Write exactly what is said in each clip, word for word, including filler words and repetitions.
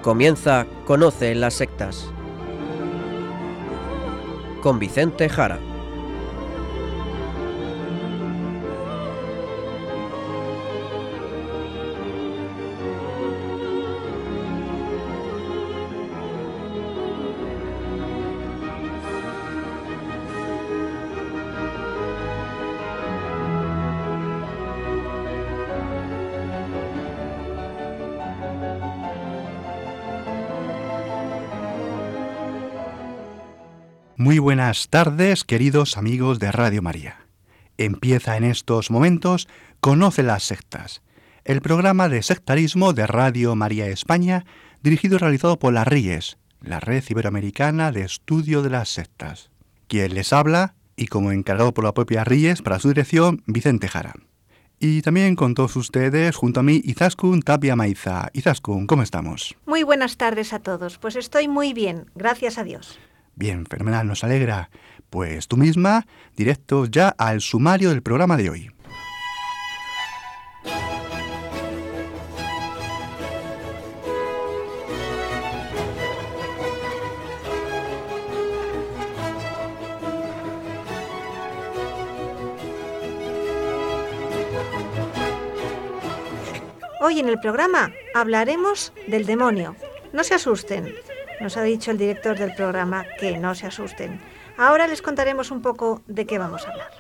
Comienza Conoce las sectas con Vicente Jara. Muy buenas tardes, queridos amigos de Radio María. Empieza en estos momentos Conoce las sectas, el programa de sectarismo de Radio María España, dirigido y realizado por la R I E S, la Red Iberoamericana de Estudio de las Sectas. Quien les habla, y como encargado por la propia R I E S para su dirección, Vicente Jara. Y también con todos ustedes, junto a mí, Izaskun Tapia Maiza. Izaskun, ¿cómo estamos? Muy buenas tardes a todos. Pues estoy muy bien, gracias a Dios. Bien, fenomenal, nos alegra. Pues tú misma, directo ya al sumario del programa de hoy. Hoy en el programa hablaremos del demonio. No se asusten. Nos ha dicho el director del programa que no se asusten. Ahora les contaremos un poco de qué vamos a hablar.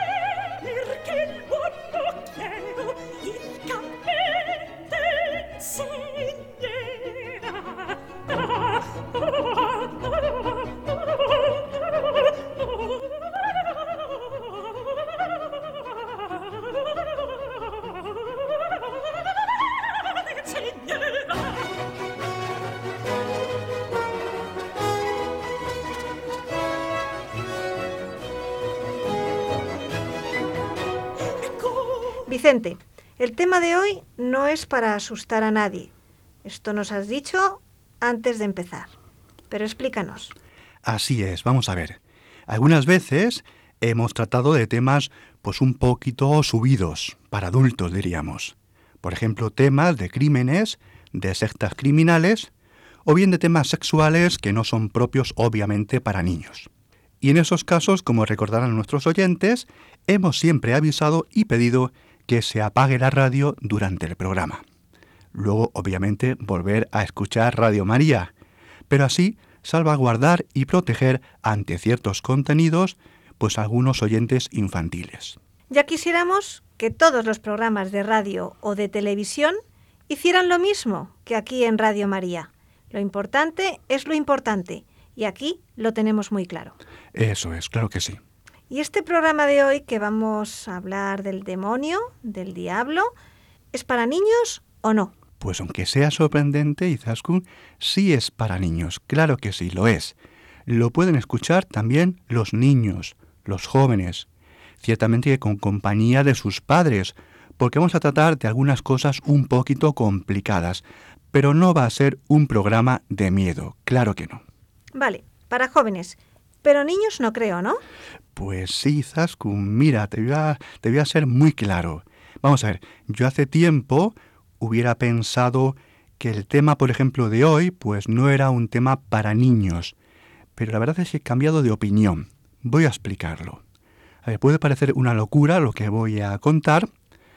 Vicente, el tema de hoy no es para asustar a nadie. Esto nos has dicho antes de empezar. Pero explícanos. Así es, vamos a ver. Algunas veces hemos tratado de temas pues un poquito subidos, para adultos diríamos. Por ejemplo, temas de crímenes, de sectas criminales, o bien de temas sexuales que no son propios obviamente para niños. Y en esos casos, como recordarán nuestros oyentes, hemos siempre avisado y pedido que se apague la radio durante el programa. Luego, obviamente, volver a escuchar Radio María, pero así salvaguardar y proteger ante ciertos contenidos, pues algunos oyentes infantiles. Ya quisiéramos que todos los programas de radio o de televisión hicieran lo mismo que aquí en Radio María. Lo importante es lo importante, y aquí lo tenemos muy claro. Eso es, claro que sí. Y este programa de hoy, que vamos a hablar del demonio, del diablo, ¿es para niños o no? Pues aunque sea sorprendente, Izaskun, sí es para niños, claro que sí, lo es. Lo pueden escuchar también los niños, los jóvenes, ciertamente que con compañía de sus padres, porque vamos a tratar de algunas cosas un poquito complicadas, pero no va a ser un programa de miedo, claro que no. Vale, para jóvenes, pero niños no creo, ¿no? Pues sí, Izaskun, mira, te voy a, te voy a ser muy claro. Vamos a ver, yo hace tiempo hubiera pensado que el tema, por ejemplo, de hoy, pues no era un tema para niños. Pero la verdad es que he cambiado de opinión. Voy a explicarlo. A ver, puede parecer una locura lo que voy a contar,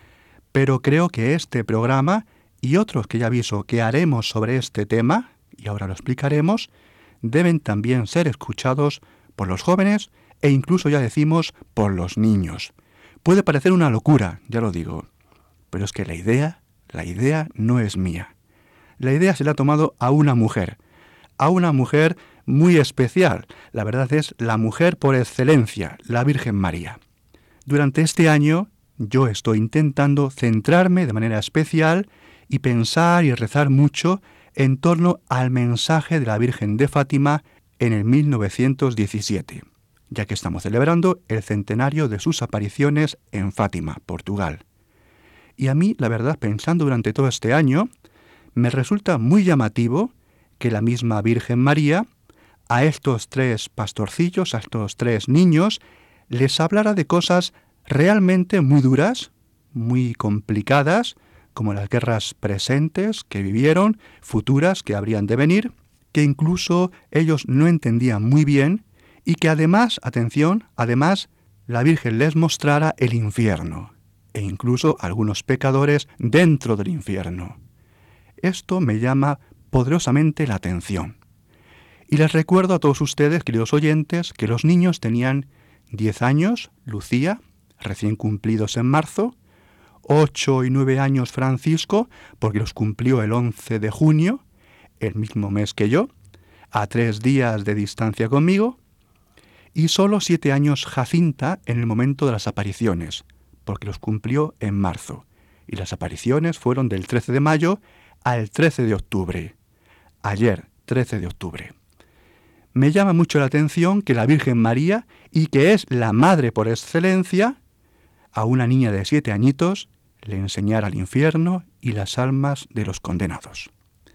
pero creo que este programa y otros que ya aviso que haremos sobre este tema, y ahora lo explicaremos, deben también ser escuchados por los jóvenes e incluso ya decimos por los niños. Puede parecer una locura, ya lo digo, pero es que la idea, la idea no es mía. La idea se la ha tomado a una mujer, a una mujer muy especial. La verdad es la mujer por excelencia, la Virgen María. Durante este año yo estoy intentando centrarme de manera especial y pensar y rezar mucho en torno al mensaje de la Virgen de Fátima en el mil novecientos diecisiete. Ya que estamos celebrando el centenario de sus apariciones en Fátima, Portugal. Y a mí, la verdad, pensando durante todo este año, me resulta muy llamativo que la misma Virgen María, a estos tres pastorcillos, a estos tres niños, les hablara de cosas realmente muy duras, muy complicadas, como las guerras presentes que vivieron, futuras que habrían de venir, que incluso ellos no entendían muy bien y que además, atención, además la Virgen les mostrara el infierno e incluso algunos pecadores dentro del infierno. Esto me llama poderosamente la atención. Y les recuerdo a todos ustedes, queridos oyentes, que los niños tenían diez años, Lucía, recién cumplidos en marzo, ocho y nueve años Francisco, porque los cumplió el once de junio, el mismo mes que yo, a tres días de distancia conmigo, y solo siete años Jacinta en el momento de las apariciones, porque los cumplió en marzo, y las apariciones fueron del trece de mayo al trece de octubre, ayer, trece de octubre. Me llama mucho la atención que la Virgen María, y que es la madre por excelencia, a una niña de siete añitos le enseñara el infierno y las almas de los condenados.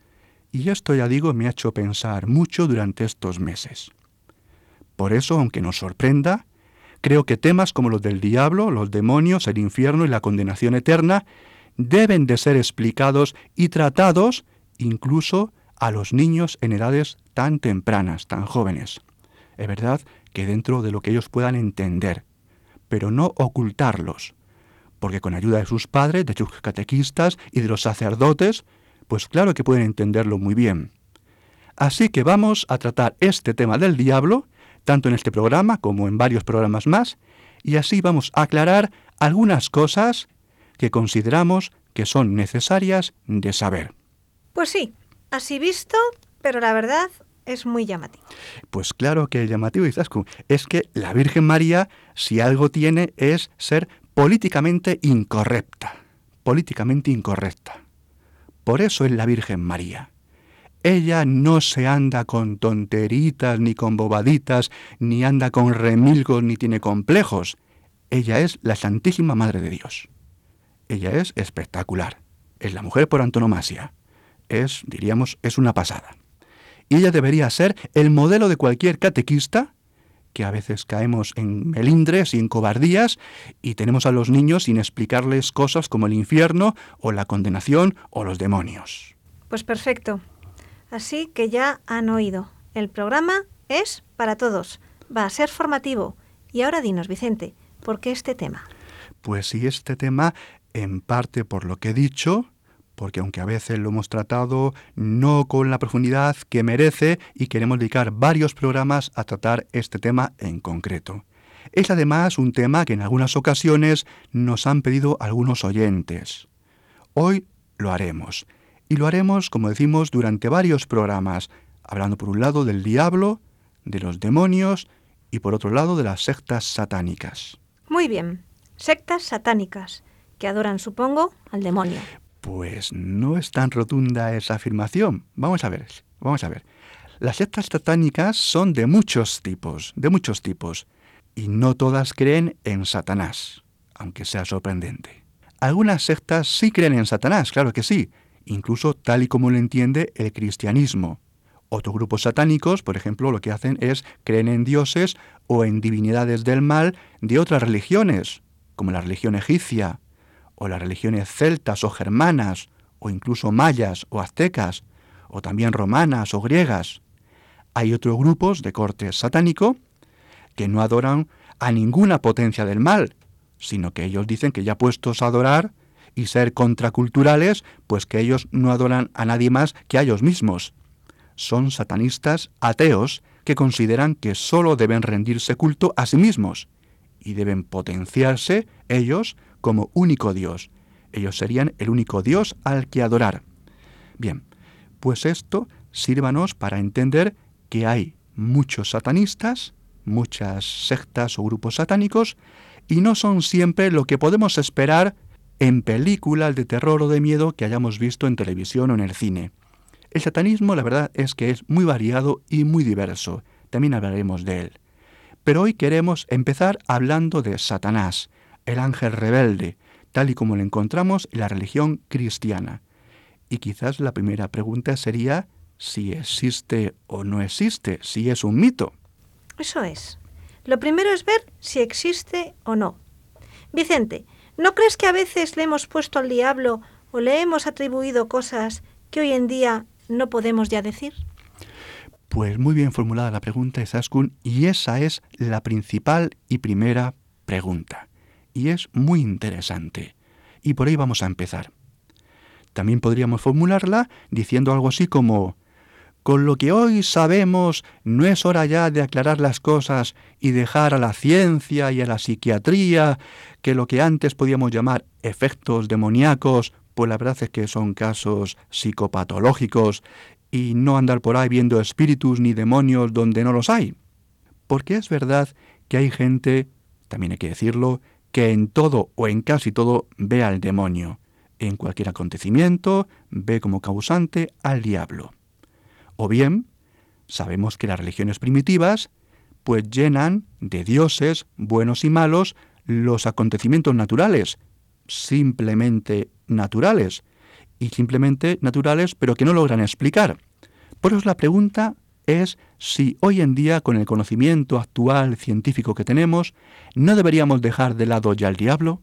Y esto, ya digo, me ha hecho pensar mucho durante estos meses. Por eso, aunque nos sorprenda, creo que temas como los del diablo, los demonios, el infierno y la condenación eterna deben de ser explicados y tratados incluso a los niños en edades tan tempranas, tan jóvenes. Es verdad que dentro de lo que ellos puedan entender, pero no ocultarlos, porque con ayuda de sus padres, de sus catequistas y de los sacerdotes, pues claro que pueden entenderlo muy bien. Así que vamos a tratar este tema del diablo, tanto en este programa como en varios programas más, y así vamos a aclarar algunas cosas que consideramos que son necesarias de saber. Pues sí, así visto, pero la verdad es muy llamativo. Pues claro que es llamativo, Izaskun. Es que la Virgen María, si algo tiene, es ser políticamente incorrecta. Políticamente incorrecta. Por eso es la Virgen María. Ella no se anda con tonteritas, ni con bobaditas, ni anda con remilgos, ni tiene complejos. Ella es la Santísima Madre de Dios. Ella es espectacular. Es la mujer por antonomasia. Es, diríamos, es una pasada. Y ella debería ser el modelo de cualquier catequista, que a veces caemos en melindres y en cobardías, y tenemos a los niños sin explicarles cosas como el infierno, o la condenación, o los demonios. Pues perfecto. Así que ya han oído. El programa es para todos. Va a ser formativo. Y ahora dinos, Vicente, ¿por qué este tema? Pues sí, este tema, en parte por lo que he dicho, porque aunque a veces lo hemos tratado no con la profundidad que merece y queremos dedicar varios programas a tratar este tema en concreto. Es además un tema que en algunas ocasiones nos han pedido algunos oyentes. Hoy lo haremos. Y lo haremos, como decimos, durante varios programas, hablando por un lado del diablo, de los demonios y por otro lado de las sectas satánicas. Muy bien, sectas satánicas, que adoran, supongo, al demonio. Pues no es tan rotunda esa afirmación. Vamos a ver, vamos a ver. Las sectas satánicas son de muchos tipos, de muchos tipos, y no todas creen en Satanás, aunque sea sorprendente. Algunas sectas sí creen en Satanás, claro que sí, incluso tal y como lo entiende el cristianismo. Otros grupos satánicos, por ejemplo, lo que hacen es creen en dioses o en divinidades del mal de otras religiones, como la religión egipcia, o las religiones celtas o germanas, o incluso mayas o aztecas, o también romanas o griegas. Hay otros grupos de corte satánico que no adoran a ninguna potencia del mal, sino que ellos dicen que ya puestos a adorar y ser contraculturales, pues que ellos no adoran a nadie más que a ellos mismos. Son satanistas ateos que consideran que sólo deben rendirse culto a sí mismos y deben potenciarse ellos como único Dios. Ellos serían el único Dios al que adorar. Bien, pues esto sírvanos para entender que hay muchos satanistas, muchas sectas o grupos satánicos, y no son siempre lo que podemos esperar en películas de terror o de miedo que hayamos visto en televisión o en el cine. El satanismo, la verdad, es que es muy variado y muy diverso. También hablaremos de él. Pero hoy queremos empezar hablando de Satanás, el ángel rebelde, tal y como lo encontramos en la religión cristiana. Y quizás la primera pregunta sería si existe o no existe, si es un mito. Eso es. Lo primero es ver si existe o no. Vicente, ¿no crees que a veces le hemos puesto al diablo ¿O le hemos atribuido cosas que hoy en día no podemos ya decir? Pues muy bien formulada la pregunta, Izaskun, y esa es la principal y primera pregunta. Y es muy interesante. Y por ahí vamos a empezar. También podríamos formularla diciendo algo así como: con lo que hoy sabemos, ¿no es hora ya de aclarar las cosas y dejar a la ciencia y a la psiquiatría que lo que antes podíamos llamar efectos demoníacos, pues la verdad es que son casos psicopatológicos, y no andar por ahí viendo espíritus ni demonios donde no los hay? Porque es verdad que hay gente, también hay que decirlo, que en todo o en casi todo ve al demonio. En cualquier acontecimiento ve como causante al diablo. O bien, sabemos que las religiones primitivas pues llenan de dioses buenos y malos los acontecimientos naturales, simplemente naturales, y simplemente naturales pero que no logran explicar. Por eso la pregunta es si hoy en día, con el conocimiento actual científico que tenemos, ¿no deberíamos dejar de lado ya al diablo?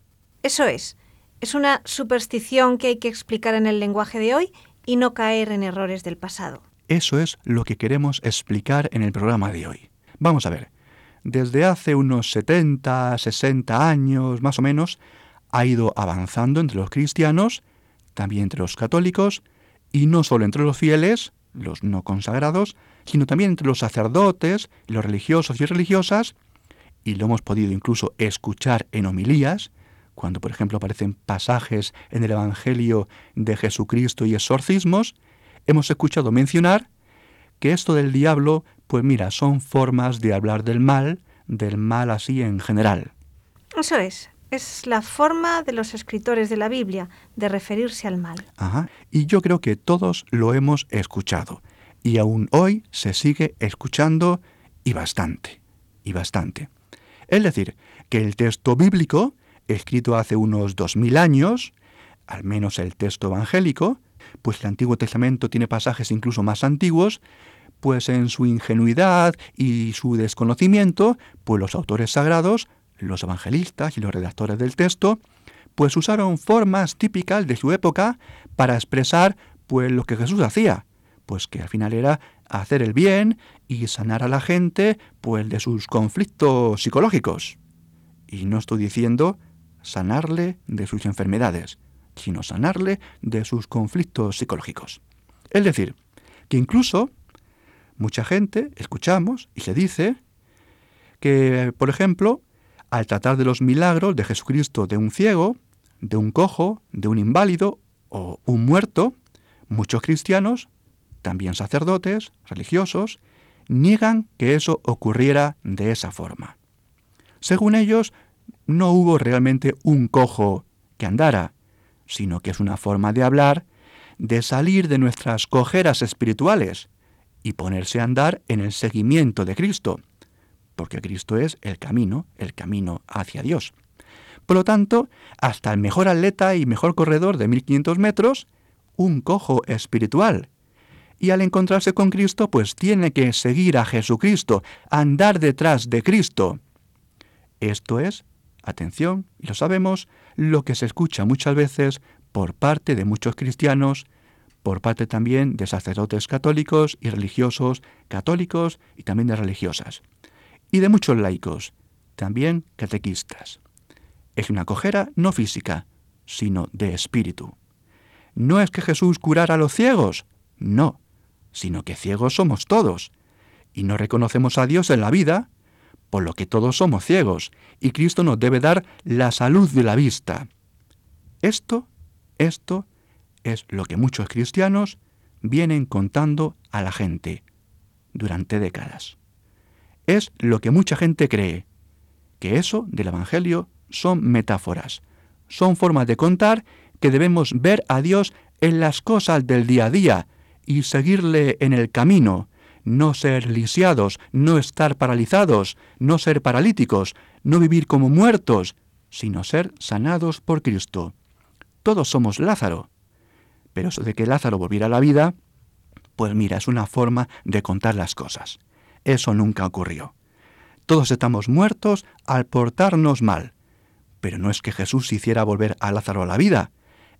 Eso es. Es una superstición que hay que explicar en el lenguaje de hoy y no caer en errores del pasado. Eso es lo que queremos explicar en el programa de hoy. Vamos a ver, desde hace unos setenta, sesenta años más o menos, ha ido avanzando entre los cristianos, también entre los católicos, y no solo entre los fieles, los no consagrados, sino también entre los sacerdotes, los religiosos y religiosas, y lo hemos podido incluso escuchar en homilías, cuando por ejemplo aparecen pasajes en el Evangelio de Jesucristo y exorcismos, hemos escuchado mencionar que esto del diablo, pues mira, son formas de hablar del mal, del mal así en general. Eso es. Es la forma de los escritores de la Biblia de referirse al mal. Ajá. Y yo creo que todos lo hemos escuchado. Y aún hoy se sigue escuchando y bastante. Y bastante. Es decir, que el texto bíblico, escrito hace unos dos mil años, al menos el texto evangélico, pues el Antiguo Testamento tiene pasajes incluso más antiguos, pues en su ingenuidad y su desconocimiento, pues los autores sagrados, los evangelistas y los redactores del texto, pues usaron formas típicas de su época para expresar pues lo que Jesús hacía, pues que al final era hacer el bien y sanar a la gente pues de sus conflictos psicológicos. Y no estoy diciendo sanarle de sus enfermedades, sino sanarle de sus conflictos psicológicos. Es decir, que incluso mucha gente escuchamos y se dice que, por ejemplo, al tratar de los milagros de Jesucristo de un ciego, de un cojo, de un inválido o un muerto, muchos cristianos, también sacerdotes, religiosos, niegan que eso ocurriera de esa forma. Según ellos, no hubo realmente un cojo que andara, sino que es una forma de hablar, de salir de nuestras cojeras espirituales y ponerse a andar en el seguimiento de Cristo, porque Cristo es el camino, el camino hacia Dios. Por lo tanto, hasta el mejor atleta y mejor corredor de mil quinientos metros, un cojo espiritual. Y al encontrarse con Cristo, pues tiene que seguir a Jesucristo, andar detrás de Cristo. Esto es, atención, y lo sabemos, lo que se escucha muchas veces por parte de muchos cristianos, por parte también de sacerdotes católicos y religiosos católicos y también de religiosas. Y de muchos laicos, también catequistas. Es una cojera no física, sino de espíritu. No es que Jesús curara a los ciegos, no, sino que ciegos somos todos, y no reconocemos a Dios en la vida, por lo que todos somos ciegos, y Cristo nos debe dar la salud de la vista. Esto, esto es lo que muchos cristianos vienen contando a la gente durante décadas. Es lo que mucha gente cree, que eso del Evangelio son metáforas, son formas de contar que debemos ver a Dios en las cosas del día a día y seguirle en el camino, no ser lisiados, no estar paralizados, no ser paralíticos, no vivir como muertos, sino ser sanados por Cristo. Todos somos Lázaro, pero eso de que Lázaro volviera a la vida, pues mira, es una forma de contar las cosas. Eso nunca ocurrió. Todos estamos muertos al portarnos mal. Pero no es que Jesús hiciera volver a Lázaro a la vida,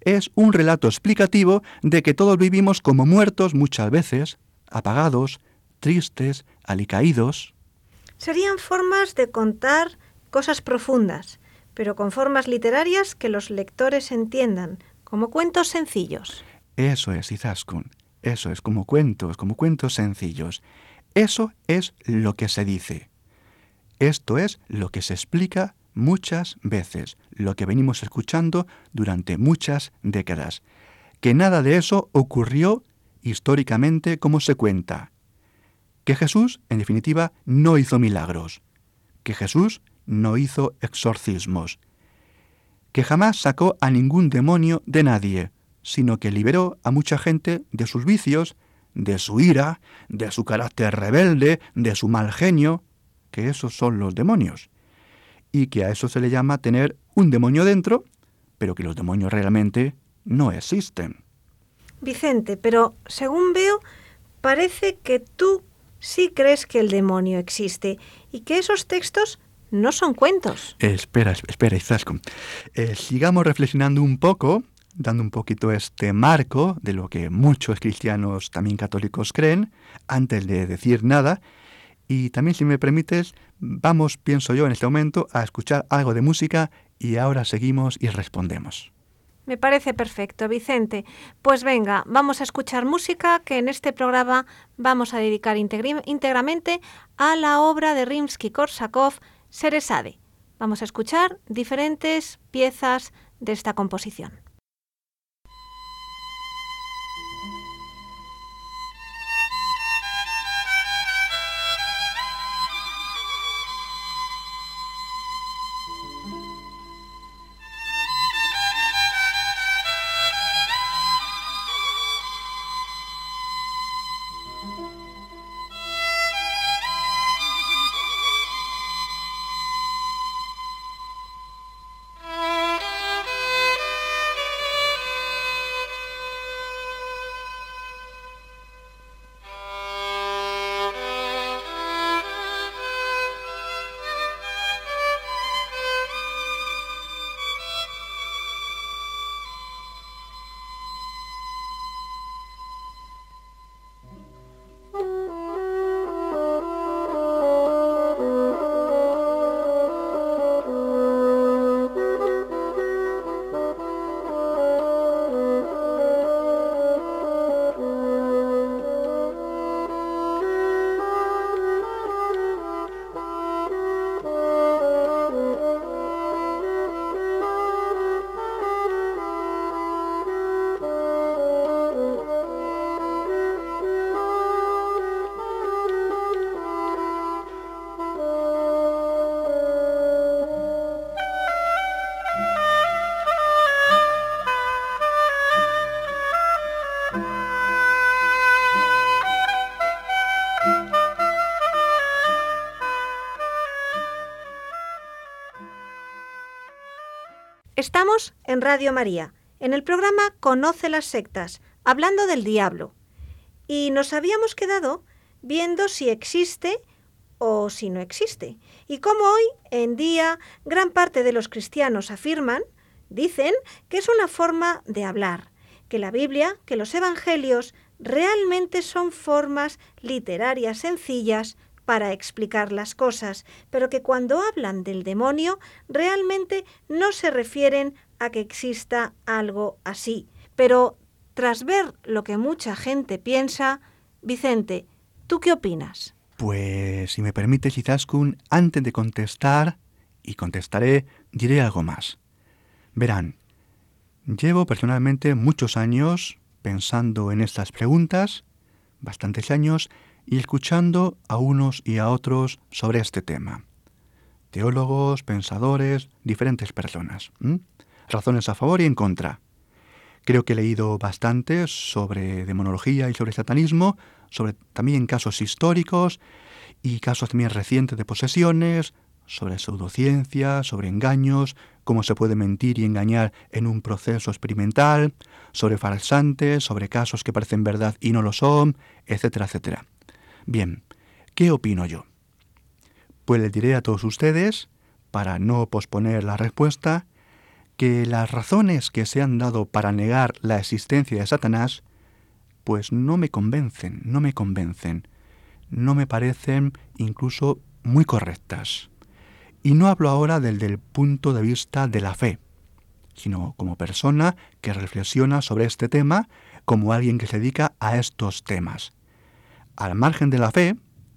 es un relato explicativo de que todos vivimos como muertos muchas veces, apagados, tristes, alicaídos. Serían formas de contar cosas profundas, pero con formas literarias que los lectores entiendan, como cuentos sencillos. Eso es, Izaskun. Eso es, como cuentos, como cuentos sencillos. Eso es lo que se dice. Esto es lo que se explica muchas veces, lo que venimos escuchando durante muchas décadas. Que nada de eso ocurrió históricamente como se cuenta. Que Jesús, en definitiva, no hizo milagros. Que Jesús no hizo exorcismos. Que jamás sacó a ningún demonio de nadie, sino que liberó a mucha gente de sus vicios, de su ira, de su carácter rebelde, de su mal genio, que esos son los demonios. Y que a eso se le llama tener un demonio dentro, pero que los demonios realmente no existen. Vicente, pero según veo, parece que tú sí crees que el demonio existe y que esos textos no son cuentos. Eh, espera, espera, Izaskun. Eh, sigamos reflexionando un poco, dando un poquito este marco de lo que muchos cristianos, también católicos, creen, antes de decir nada. Y también, si me permites, vamos, pienso yo, en este momento, a escuchar algo de música y ahora seguimos y respondemos. Me parece perfecto, Vicente. Pues venga, vamos a escuchar música que en este programa vamos a dedicar integri- íntegramente a la obra de Rimsky-Korsakov, Sherezade. Vamos a escuchar diferentes piezas de esta composición. Estamos en Radio María, en el programa Conoce las sectas, hablando del diablo. Y nos habíamos quedado viendo si existe o si no existe. Y como hoy en día gran parte de los cristianos afirman, dicen que es una forma de hablar, que la Biblia, que los evangelios realmente son formas literarias sencillas para explicar las cosas, pero que cuando hablan del demonio realmente no se refieren a que exista algo así. Pero tras ver lo que mucha gente piensa, Vicente, ¿tú qué opinas? Pues, si me permites, Izaskun, antes de contestar, y contestaré, diré algo más. Verán, llevo personalmente muchos años pensando en estas preguntas, bastantes años, y escuchando a unos y a otros sobre este tema. Teólogos, pensadores, diferentes personas. ¿m? Razones a favor y en contra. Creo que he leído bastante sobre demonología y sobre satanismo, sobre también casos históricos y casos también recientes de posesiones, sobre pseudociencia, sobre engaños, cómo se puede mentir y engañar en un proceso experimental, sobre farsantes, sobre casos que parecen verdad y no lo son, etcétera, etcétera. Bien, ¿qué opino yo? Pues les diré a todos ustedes, para no posponer la respuesta, que las razones que se han dado para negar la existencia de Satanás, pues no me convencen, no me convencen, no me parecen incluso muy correctas. Y no hablo ahora desde el punto de vista de la fe, sino como persona que reflexiona sobre este tema, como alguien que se dedica a estos temas. Al margen de la fe,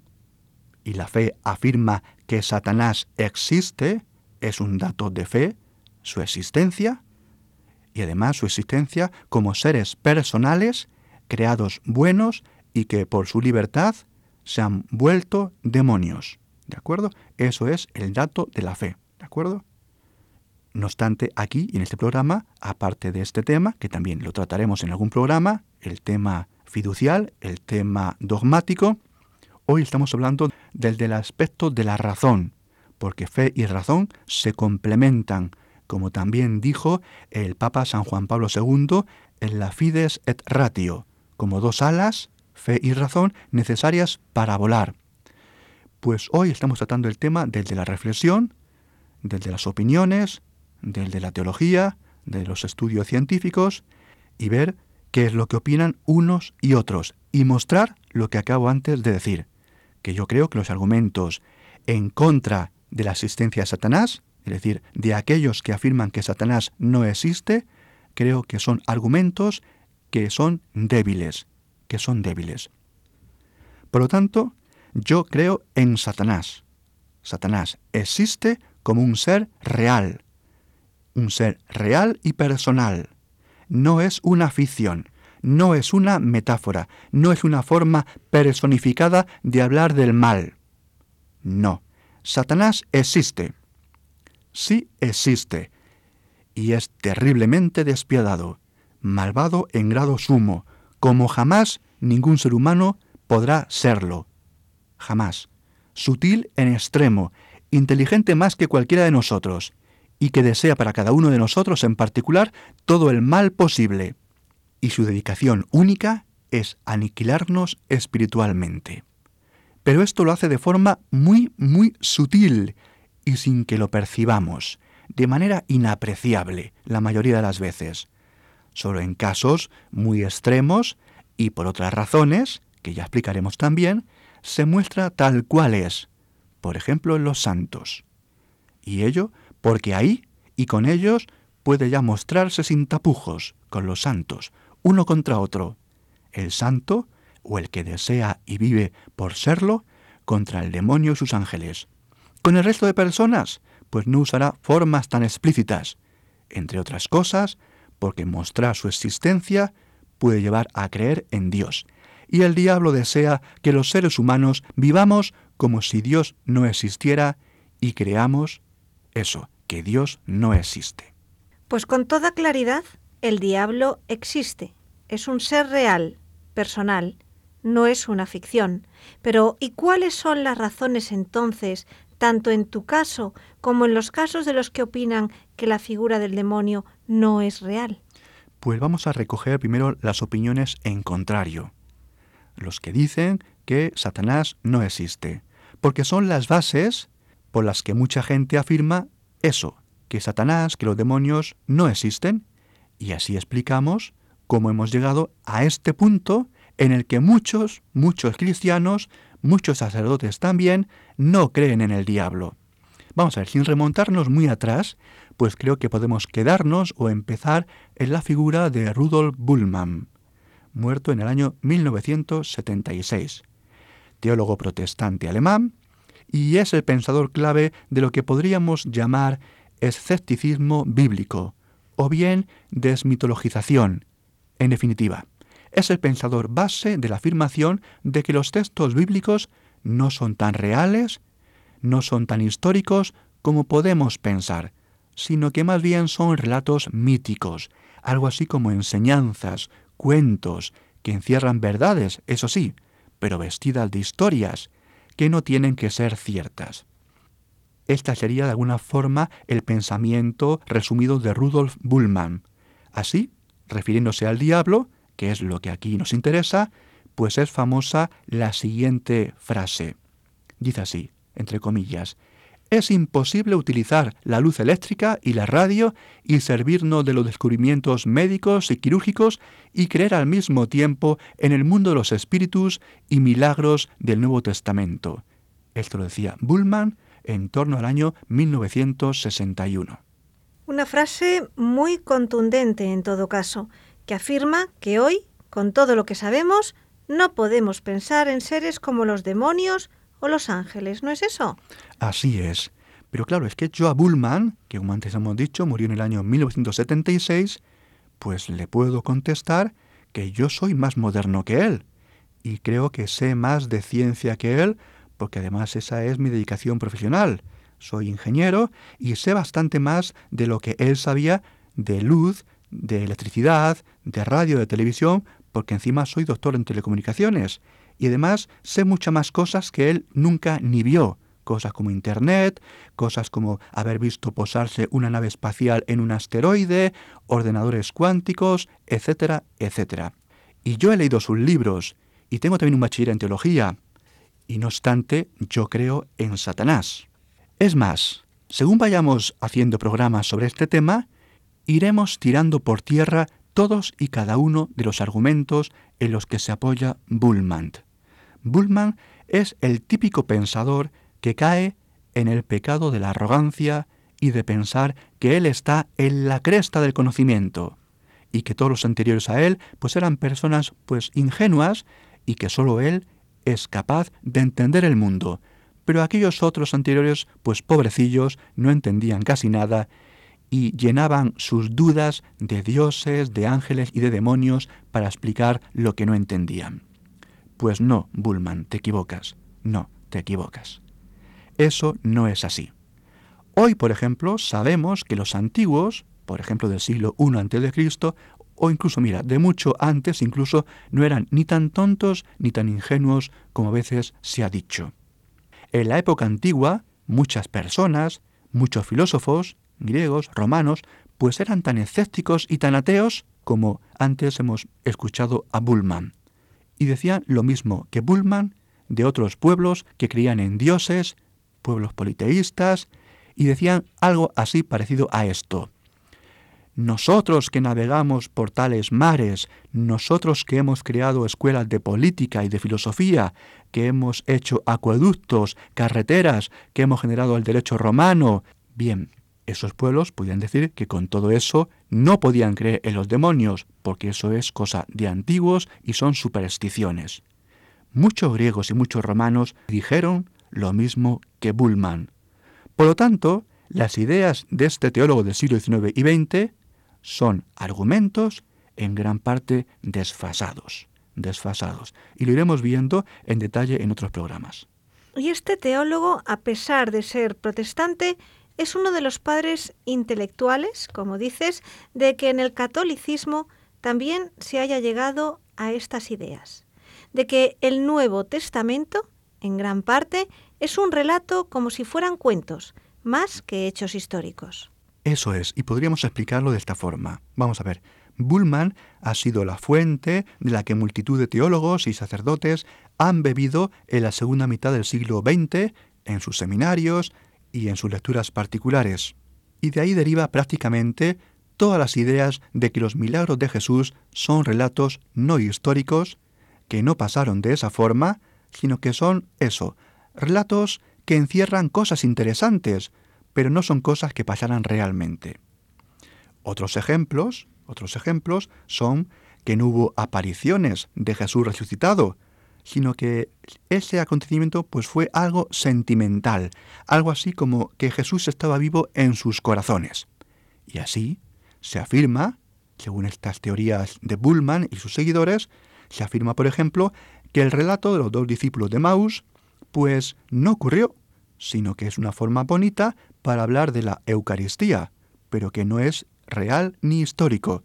y la fe afirma que Satanás existe, es un dato de fe, su existencia, y además su existencia como seres personales, creados buenos y que por su libertad se han vuelto demonios. ¿De acuerdo? Eso es el dato de la fe. ¿De acuerdo? No obstante, aquí, en este programa, aparte de este tema, que también lo trataremos en algún programa, el tema fiducial, el tema dogmático, hoy estamos hablando desde el aspecto de la razón, porque fe y razón se complementan, como también dijo el Papa San Juan Pablo segundo en la Fides et Ratio, como dos alas, fe y razón, necesarias para volar. Pues hoy estamos tratando el tema desde la reflexión, desde las opiniones, desde la teología, de los estudios científicos, y ver qué es lo que opinan unos y otros, y mostrar lo que acabo antes de decir, que yo creo que los argumentos en contra de la existencia de Satanás, es decir, de aquellos que afirman que Satanás no existe, creo que son argumentos que son débiles, que son débiles. Por lo tanto, yo creo en Satanás. Satanás existe como un ser real, un ser real y personal. No es una ficción, no es una metáfora, no es una forma personificada de hablar del mal. No, Satanás existe. Sí existe, y es terriblemente despiadado, malvado en grado sumo, como jamás ningún ser humano podrá serlo. Jamás. Sutil en extremo, inteligente más que cualquiera de nosotros, y que desea para cada uno de nosotros en particular todo el mal posible. Y su dedicación única es aniquilarnos espiritualmente. Pero esto lo hace de forma muy, muy sutil, y sin que lo percibamos, de manera inapreciable la mayoría de las veces. Solo en casos muy extremos y por otras razones, que ya explicaremos también, se muestra tal cual es, por ejemplo en los santos. Y ello porque ahí y con ellos puede ya mostrarse sin tapujos, con los santos, uno contra otro, el santo, o el que desea y vive por serlo, contra el demonio y sus ángeles. Con el resto de personas, pues no usará formas tan explícitas, entre otras cosas, porque mostrar su existencia puede llevar a creer en Dios. Y el diablo desea que los seres humanos vivamos como si Dios no existiera y creamos eso, que Dios no existe. Pues con toda claridad, el diablo existe. Es un ser real, personal, no es una ficción. Pero ¿y cuáles son las razones entonces, tanto en tu caso como en los casos de los que opinan que la figura del demonio no es real? Pues vamos a recoger primero las opiniones en contrario. Los que dicen que Satanás no existe, porque son las bases por las que mucha gente afirma eso, que Satanás, que los demonios no existen, y así explicamos cómo hemos llegado a este punto en el que muchos, muchos cristianos, muchos sacerdotes también, no creen en el diablo. Vamos a ver, sin remontarnos muy atrás, pues creo que podemos quedarnos o empezar en la figura de Rudolf Bultmann, muerto en el año mil novecientos setenta y seis, teólogo protestante alemán, y es el pensador clave de lo que podríamos llamar escepticismo bíblico, o bien desmitologización. En definitiva, es el pensador base de la afirmación de que los textos bíblicos no son tan reales, no son tan históricos como podemos pensar, sino que más bien son relatos míticos, algo así como enseñanzas, cuentos, que encierran verdades, eso sí, pero vestidas de historias, que no tienen que ser ciertas. Esta sería de alguna forma el pensamiento resumido de Rudolf Bultmann. Así, refiriéndose al diablo, que es lo que aquí nos interesa, pues es famosa la siguiente frase. Dice así, entre comillas, Es imposible utilizar la luz eléctrica y la radio y servirnos de los descubrimientos médicos y quirúrgicos y creer al mismo tiempo en el mundo de los espíritus y milagros del Nuevo Testamento. Esto lo decía Bullmann en torno al año mil novecientos sesenta y uno. Una frase muy contundente en todo caso, que afirma que hoy, con todo lo que sabemos, no podemos pensar en seres como los demonios o los ángeles, ¿no es eso? Así es. Pero claro, es que yo a Bullmann, que como antes hemos dicho, murió en el año mil novecientos setenta y seis, pues le puedo contestar que yo soy más moderno que él. Y creo que sé más de ciencia que él, porque además esa es mi dedicación profesional. Soy ingeniero y sé bastante más de lo que él sabía de luz, de electricidad, de radio, de televisión, porque encima soy doctor en telecomunicaciones. Y además sé muchas más cosas que él nunca ni vio. Cosas como Internet, cosas como haber visto posarse una nave espacial en un asteroide, ordenadores cuánticos, etcétera, etcétera. Y yo he leído sus libros y tengo también un bachiller en teología. Y no obstante, yo creo en Satanás. Es más, según vayamos haciendo programas sobre este tema, iremos tirando por tierra todos y cada uno de los argumentos en los que se apoya Bullmann. Bullmann es el típico pensador que cae en el pecado de la arrogancia y de pensar que él está en la cresta del conocimiento y que todos los anteriores a él pues eran personas pues ingenuas y que solo él es capaz de entender el mundo. Pero aquellos otros anteriores pues pobrecillos no entendían casi nada y llenaban sus dudas de dioses, de ángeles y de demonios para explicar lo que no entendían. Pues no, Bullmann, te equivocas. No, te equivocas. Eso no es así. Hoy, por ejemplo, sabemos que los antiguos, por ejemplo del siglo primero antes de Cristo, o incluso, mira, de mucho antes incluso, no eran ni tan tontos ni tan ingenuos como a veces se ha dicho. En la época antigua, muchas personas, muchos filósofos, griegos, romanos, pues eran tan escépticos y tan ateos como antes hemos escuchado a Bullmann. Y decían lo mismo que Bullmann de otros pueblos que creían en dioses, pueblos politeístas, y decían algo así parecido a esto. Nosotros que navegamos por tales mares, nosotros que hemos creado escuelas de política y de filosofía, que hemos hecho acueductos, carreteras, que hemos generado el derecho romano, bien, esos pueblos podían decir que con todo eso no podían creer en los demonios, porque eso es cosa de antiguos y son supersticiones. Muchos griegos y muchos romanos dijeron lo mismo que Bullmann. Por lo tanto, las ideas de este teólogo del siglo diecinueve y veinte son argumentos en gran parte desfasados, desfasados. Y lo iremos viendo en detalle en otros programas. Y este teólogo, a pesar de ser protestante, es uno de los padres intelectuales, como dices, de que en el catolicismo también se haya llegado a estas ideas, de que el Nuevo Testamento, en gran parte, es un relato como si fueran cuentos, más que hechos históricos. Eso es, y podríamos explicarlo de esta forma. Vamos a ver, Bullmann ha sido la fuente de la que multitud de teólogos y sacerdotes han bebido en la segunda mitad del siglo veinte, en sus seminarios y en sus lecturas particulares. Y de ahí deriva prácticamente todas las ideas de que los milagros de Jesús son relatos no históricos, que no pasaron de esa forma, sino que son eso, relatos que encierran cosas interesantes, pero no son cosas que pasaran realmente. Otros ejemplos, otros ejemplos son que no hubo apariciones de Jesús resucitado, sino que ese acontecimiento pues fue algo sentimental, algo así como que Jesús estaba vivo en sus corazones. Y así se afirma, según estas teorías de Bullmann y sus seguidores, se afirma, por ejemplo, que el relato de los dos discípulos de Maús pues no ocurrió, sino que es una forma bonita para hablar de la Eucaristía, pero que no es real ni histórico.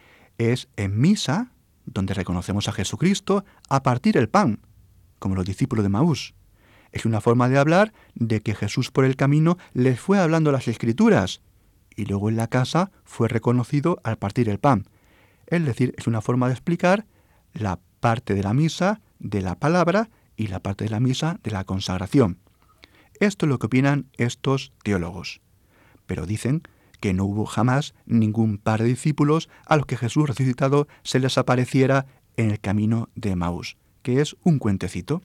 Es en misa donde reconocemos a Jesucristo a partir el pan, como los discípulos de Maús. Es una forma de hablar de que Jesús por el camino les fue hablando las Escrituras y luego en la casa fue reconocido al partir el pan. Es decir, es una forma de explicar la parte de la misa de la palabra y la parte de la misa de la consagración. Esto es lo que opinan estos teólogos. Pero dicen que no hubo jamás ningún par de discípulos a los que Jesús resucitado se les apareciera en el camino de Emaús, que es un cuentecito.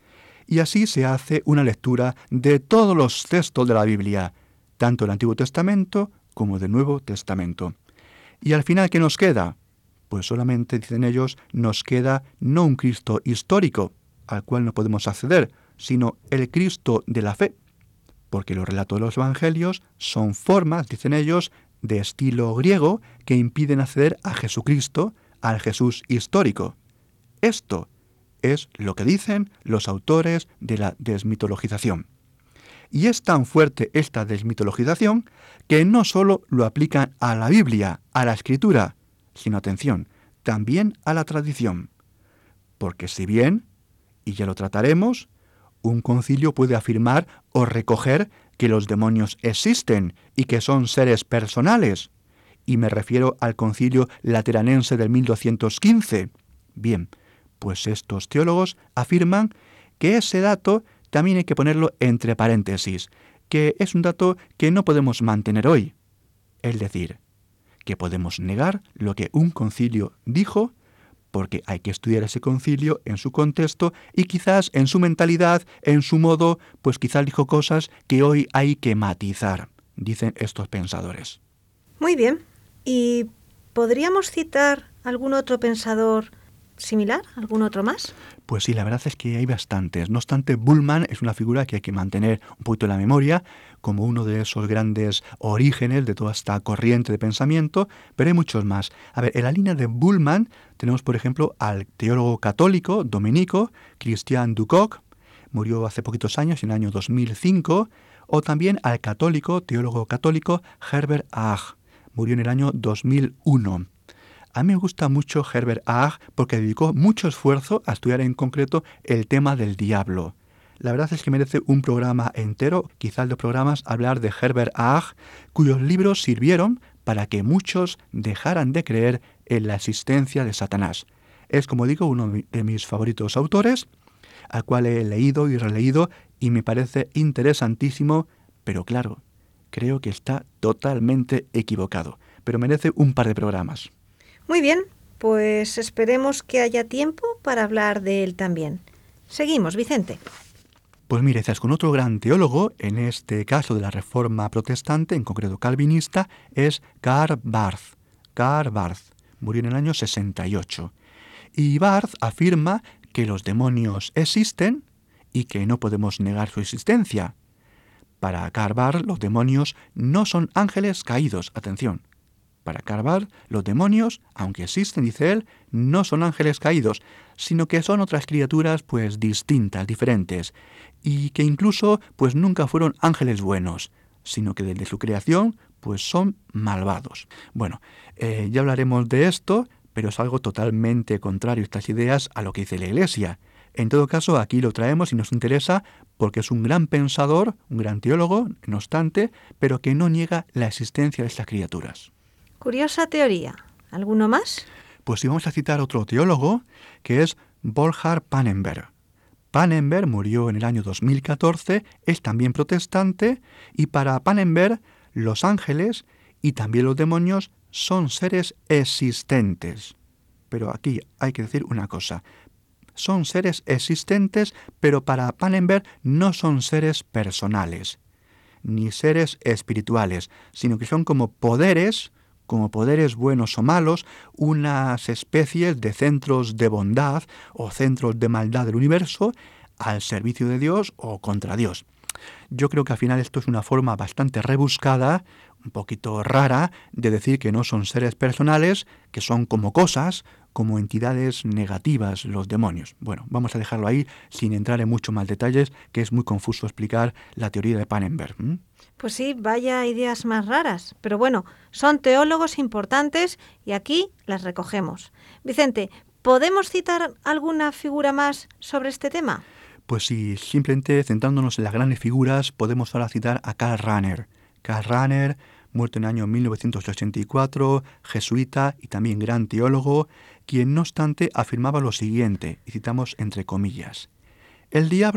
Y así se hace una lectura de todos los textos de la Biblia, tanto del Antiguo Testamento como del Nuevo Testamento. Y al final, ¿qué nos queda? Pues solamente, dicen ellos, nos queda no un Cristo histórico, al cual no podemos acceder, sino el Cristo de la fe, porque los relatos de los evangelios son formas, dicen ellos, de estilo griego que impiden acceder a Jesucristo, al Jesús histórico. Esto es lo que dicen los autores de la desmitologización. Y es tan fuerte esta desmitologización que no solo lo aplican a la Biblia, a la Escritura, sino, atención, también a la tradición. Porque si bien, y ya lo trataremos, un concilio puede afirmar o recoger que los demonios existen y que son seres personales, y me refiero al concilio lateranense del mil doscientos quince. Bien, pues estos teólogos afirman que ese dato también hay que ponerlo entre paréntesis, que es un dato que no podemos mantener hoy. Es decir, que podemos negar lo que un concilio dijo, porque hay que estudiar ese concilio en su contexto y quizás en su mentalidad, en su modo, pues quizás dijo cosas que hoy hay que matizar, dicen estos pensadores. Muy bien. ¿Y podríamos citar algún otro pensador similar? ¿Algún otro más? Pues sí, la verdad es que hay bastantes. No obstante, Bullmann es una figura que hay que mantener un poquito en la memoria como uno de esos grandes orígenes de toda esta corriente de pensamiento, pero hay muchos más. A ver, en la línea de Bullmann tenemos, por ejemplo, al teólogo católico dominico Christian Ducoc, murió hace poquitos años, en el año dos mil cinco, o también al católico, teólogo católico Herbert Haag, murió en el año dos mil uno. A mí me gusta mucho Herbert Haag porque dedicó mucho esfuerzo a estudiar en concreto el tema del diablo. La verdad es que merece un programa entero, quizás de programas, hablar de Herbert Haag, cuyos libros sirvieron para que muchos dejaran de creer en la existencia de Satanás. Es, como digo, uno de mis favoritos autores, al cual he leído y releído y me parece interesantísimo, pero claro, creo que está totalmente equivocado, pero merece un par de programas. Muy bien, pues esperemos que haya tiempo para hablar de él también. Seguimos, Vicente. Pues mire, con otro gran teólogo, en este caso de la Reforma Protestante, en concreto calvinista, es Karl Barth. Karl Barth murió en el año sesenta y ocho. Y Barth afirma que los demonios existen y que no podemos negar su existencia. Para Karl Barth, los demonios no son ángeles caídos, atención. Para Karl Barth, los demonios, aunque existen, dice él, no son ángeles caídos, sino que son otras criaturas pues distintas, diferentes, y que incluso pues nunca fueron ángeles buenos, sino que desde su creación pues son malvados. Bueno, eh, ya hablaremos de esto, pero es algo totalmente contrario estas ideas a lo que dice la Iglesia. En todo caso, aquí lo traemos y nos interesa porque es un gran pensador, un gran teólogo, no obstante, pero que no niega la existencia de estas criaturas. Curiosa teoría. ¿Alguno más? Pues sí, vamos a citar otro teólogo, que es Volhard Pannenberg. Pannenberg murió en el año dos mil catorce, es también protestante, y para Pannenberg los ángeles y también los demonios son seres existentes. Pero aquí hay que decir una cosa. Son seres existentes, pero para Pannenberg no son seres personales, ni seres espirituales, sino que son como poderes, como poderes buenos o malos, unas especies de centros de bondad o centros de maldad del universo al servicio de Dios o contra Dios. Yo creo que al final esto es una forma bastante rebuscada, un poquito rara, de decir que no son seres personales, que son como cosas, como entidades negativas los demonios. Bueno, vamos a dejarlo ahí sin entrar en muchos más detalles, que es muy confuso explicar la teoría de Pannenberg. ¿Mm? Pues sí, vaya ideas más raras. Pero bueno, son teólogos importantes y aquí las recogemos. Vicente, ¿podemos citar alguna figura más sobre este tema? Pues sí, simplemente centrándonos en las grandes figuras, podemos ahora citar a Karl Rahner. Karl Rahner, muerto en el año mil novecientos ochenta y cuatro, jesuita y también gran teólogo, quien no obstante afirmaba lo siguiente, y citamos entre comillas: el diablo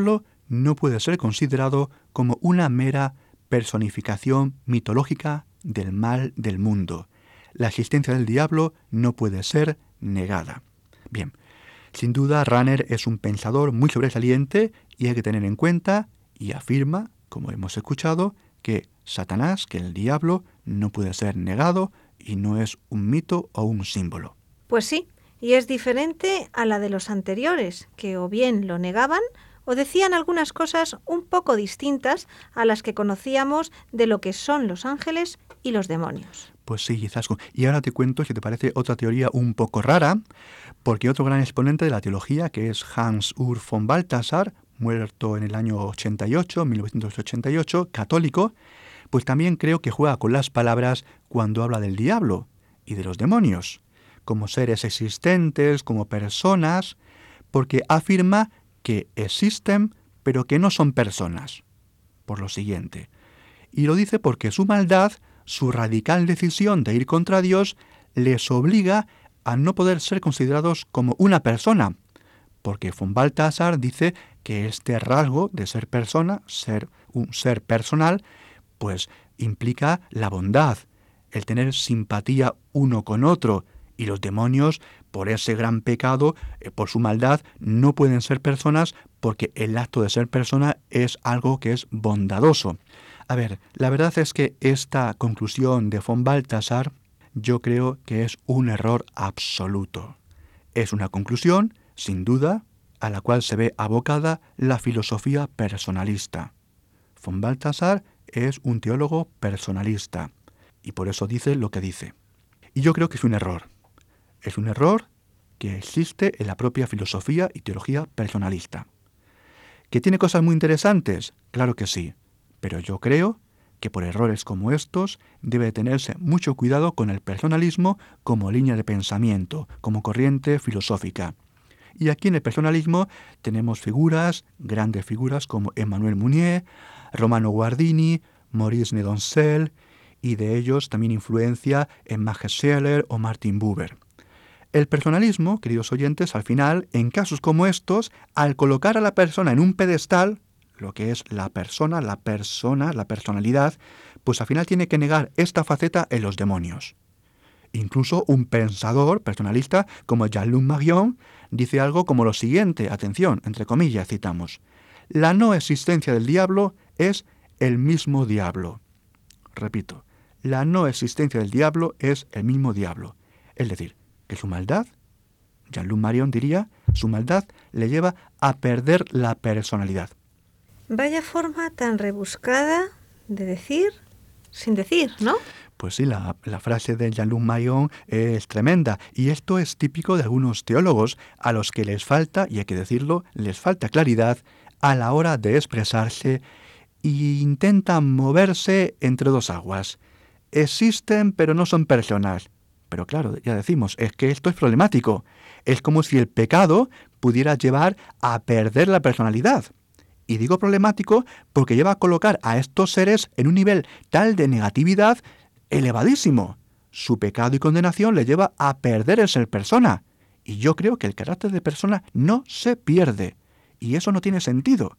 no puede ser considerado como una mera personificación mitológica del mal del mundo. La existencia del diablo no puede ser negada. Bien, sin duda Rahner es un pensador muy sobresaliente y hay que tener en cuenta, y afirma, como hemos escuchado, que Satanás, que el diablo, no puede ser negado y no es un mito o un símbolo. Pues sí, y es diferente a la de los anteriores, que o bien lo negaban o decían algunas cosas un poco distintas a las que conocíamos de lo que son los ángeles y los demonios. Pues sí, Izaskun. Y ahora te cuento, si te parece, otra teoría un poco rara, porque otro gran exponente de la teología, que es Hans Urs von Balthasar, muerto en el año ochenta y ocho, mil novecientos ochenta y ocho, católico, pues también creo que juega con las palabras cuando habla del diablo y de los demonios, como seres existentes, como personas, porque afirma que existen, pero que no son personas, por lo siguiente. Y lo dice porque su maldad, su radical decisión de ir contra Dios, les obliga a no poder ser considerados como una persona, porque von Balthasar dice que este rasgo de ser persona, ser un ser personal, pues implica la bondad, el tener simpatía uno con otro, y los demonios, por ese gran pecado, eh, por su maldad, no pueden ser personas porque el acto de ser persona es algo que es bondadoso. A ver, la verdad es que esta conclusión de von Balthasar yo creo que es un error absoluto. Es una conclusión, sin duda, a la cual se ve abocada la filosofía personalista. Von Balthasar es un teólogo personalista y por eso dice lo que dice. Y yo creo que es un error. Es un error que existe en la propia filosofía y teología personalista. ¿Que tiene cosas muy interesantes? Claro que sí, pero yo creo que por errores como estos debe tenerse mucho cuidado con el personalismo como línea de pensamiento, como corriente filosófica. Y aquí en el personalismo tenemos figuras, grandes figuras como Emmanuel Mounier, Romano Guardini, Maurice Nedoncel, y de ellos también influencia en Max Scheler o Martin Buber. El personalismo, queridos oyentes, al final, en casos como estos, al colocar a la persona en un pedestal, lo que es la persona, la persona, la personalidad, pues al final tiene que negar esta faceta en los demonios. Incluso un pensador personalista como Jean-Luc Marion dice algo como lo siguiente, atención, entre comillas citamos, la no existencia del diablo es el mismo diablo. Repito, la no existencia del diablo es el mismo diablo. Es decir, que su maldad, Jean-Luc Marion diría, su maldad le lleva a perder la personalidad. Vaya forma tan rebuscada de decir sin decir, ¿no? Pues sí, la, la frase de Jean-Luc Marion es tremenda, y esto es típico de algunos teólogos a los que les falta, y hay que decirlo, les falta claridad a la hora de expresarse e intentan moverse entre dos aguas. Existen, pero no son personas. Pero claro, ya decimos, es que esto es problemático. Es como si el pecado pudiera llevar a perder la personalidad. Y digo problemático porque lleva a colocar a estos seres en un nivel tal de negatividad elevadísimo. Su pecado y condenación le lleva a perder el ser persona. Y yo creo que el carácter de persona no se pierde. Y eso no tiene sentido.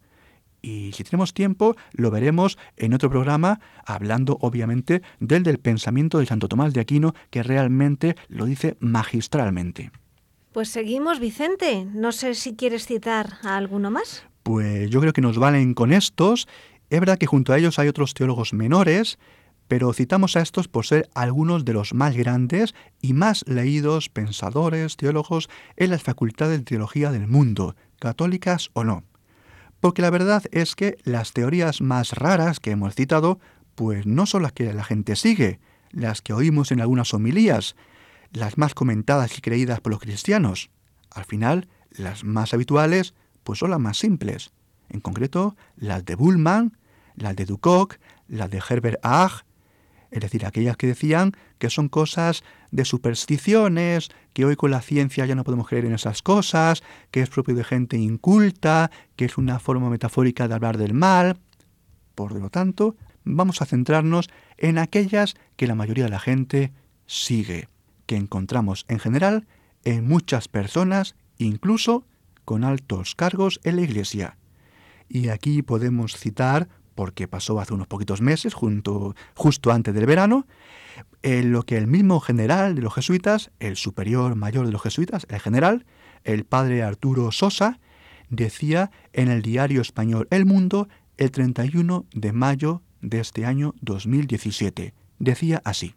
Y si tenemos tiempo, lo veremos en otro programa, hablando obviamente del del pensamiento de Santo Tomás de Aquino, que realmente lo dice magistralmente. Pues seguimos, Vicente. No sé si quieres citar a alguno más. Pues yo creo que nos valen con estos. Es verdad que junto a ellos hay otros teólogos menores, pero citamos a estos por ser algunos de los más grandes y más leídos pensadores, teólogos en las facultades de teología del mundo, católicas o no. Porque la verdad es que las teorías más raras que hemos citado, pues no son las que la gente sigue, las que oímos en algunas homilías, las más comentadas y creídas por los cristianos. Al final, las más habituales, pues son las más simples. En concreto, las de Bullmann, las de Ducoc, las de Herbert Haag, es decir, aquellas que decían que son cosas de supersticiones, que hoy con la ciencia ya no podemos creer en esas cosas, que es propio de gente inculta, que es una forma metafórica de hablar del mal. Por lo tanto, vamos a centrarnos en aquellas que la mayoría de la gente sigue, que encontramos en general en muchas personas, incluso con altos cargos en la Iglesia. Y aquí podemos citar, porque pasó hace unos poquitos meses, junto, justo antes del verano, eh, lo que el mismo general de los jesuitas, el superior mayor de los jesuitas, el general, el padre Arturo Sosa, decía en el diario español El Mundo el treinta y uno de mayo de este año dos mil diecisiete. Decía así: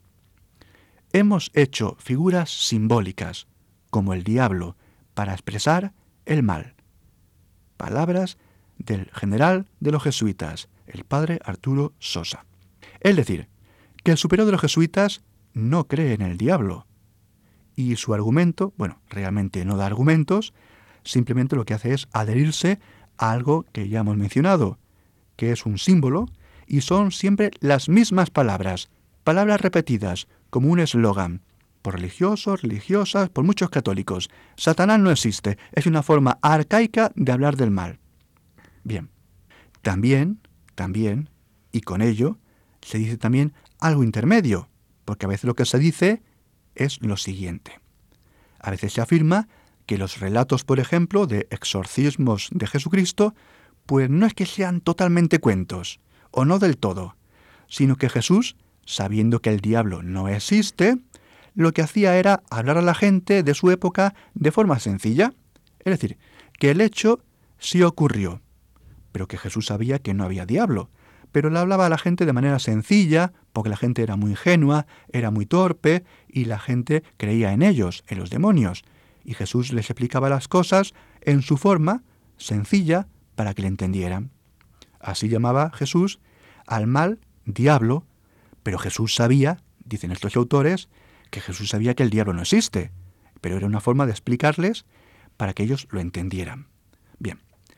hemos hecho figuras simbólicas, como el diablo, para expresar el mal. Palabras del general de los jesuitas, el padre Arturo Sosa. Es decir, que el superior de los jesuitas no cree en el diablo. Y su argumento, bueno, realmente no da argumentos, simplemente lo que hace es adherirse a algo que ya hemos mencionado, que es un símbolo, y son siempre las mismas palabras, palabras repetidas, como un eslogan, por religiosos, religiosas, por muchos católicos. Satanás no existe, es una forma arcaica de hablar del mal. Bien, también, también, y con ello, se dice también algo intermedio, porque a veces lo que se dice es lo siguiente. A veces se afirma que los relatos, por ejemplo, de exorcismos de Jesucristo, pues no es que sean totalmente cuentos, o no del todo, sino que Jesús, sabiendo que el diablo no existe, lo que hacía era hablar a la gente de su época de forma sencilla. Es decir, que el hecho sí ocurrió, pero que Jesús sabía que no había diablo, pero le hablaba a la gente de manera sencilla, porque la gente era muy ingenua, era muy torpe, y la gente creía en ellos, en los demonios, y Jesús les explicaba las cosas en su forma sencilla para que le entendieran. Así llamaba Jesús al mal diablo, pero Jesús sabía, dicen estos autores, que Jesús sabía que el diablo no existe, pero era una forma de explicarles para que ellos lo entendieran. Bien,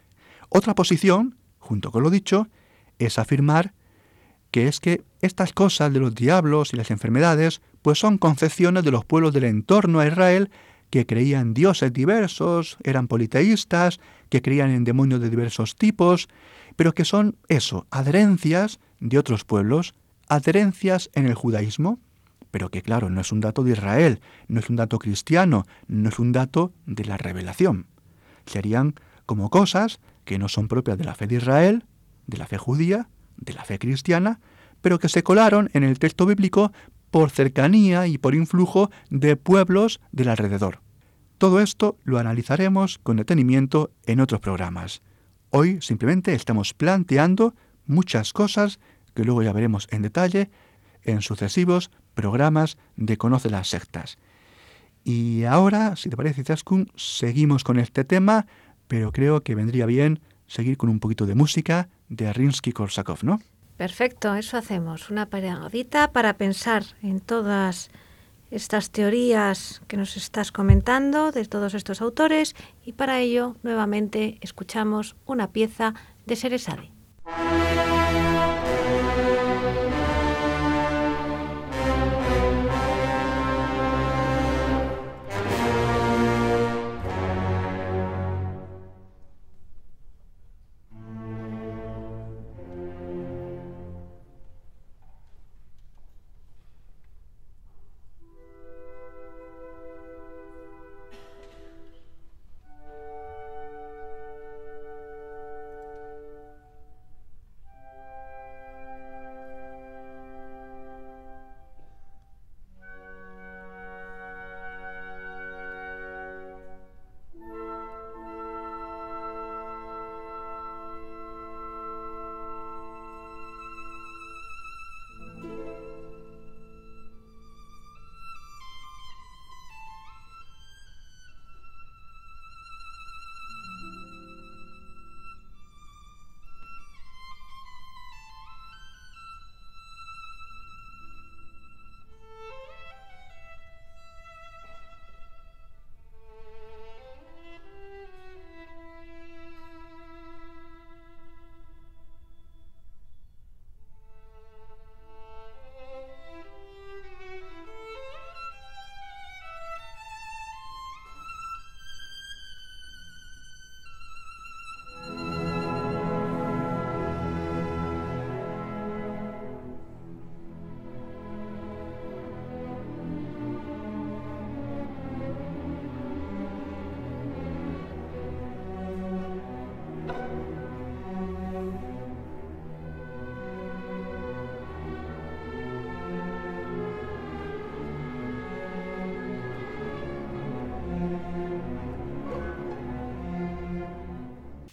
otra posición, junto con lo dicho, es afirmar que es que estas cosas de los diablos y las enfermedades pues son concepciones de los pueblos del entorno a Israel que creían en dioses diversos, eran politeístas, que creían en demonios de diversos tipos, pero que son eso, adherencias de otros pueblos, adherencias en el judaísmo, pero que claro, no es un dato de Israel, no es un dato cristiano, no es un dato de la revelación. Serían como cosas que no son propias de la fe de Israel, de la fe judía, de la fe cristiana, pero que se colaron en el texto bíblico por cercanía y por influjo de pueblos del alrededor. Todo esto lo analizaremos con detenimiento en otros programas. Hoy simplemente estamos planteando muchas cosas que luego ya veremos en detalle en sucesivos programas de Conoce las Sectas. Y ahora, si te parece, Izaskun, seguimos con este tema, pero creo que vendría bien seguir con un poquito de música de Rimsky-Korsakov, ¿no? Perfecto, eso hacemos. Una paradita para pensar en todas estas teorías que nos estás comentando de todos estos autores, y para ello nuevamente escuchamos una pieza de Sheresade.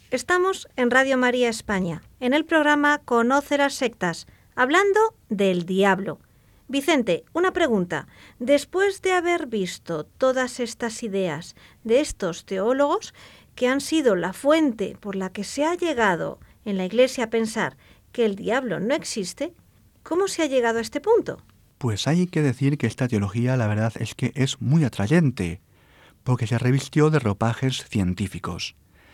Estamos en Radio María España, en el programa Conoce las sectas, hablando del diablo. Vicente, una pregunta. Después de haber visto todas estas ideas de estos teólogos, que han sido la fuente por la que se ha llegado en la Iglesia a pensar que el diablo no existe, ¿cómo se ha llegado a este punto? Pues hay que decir que esta teología, la verdad es que es muy atrayente, porque se revistió de ropajes científicos.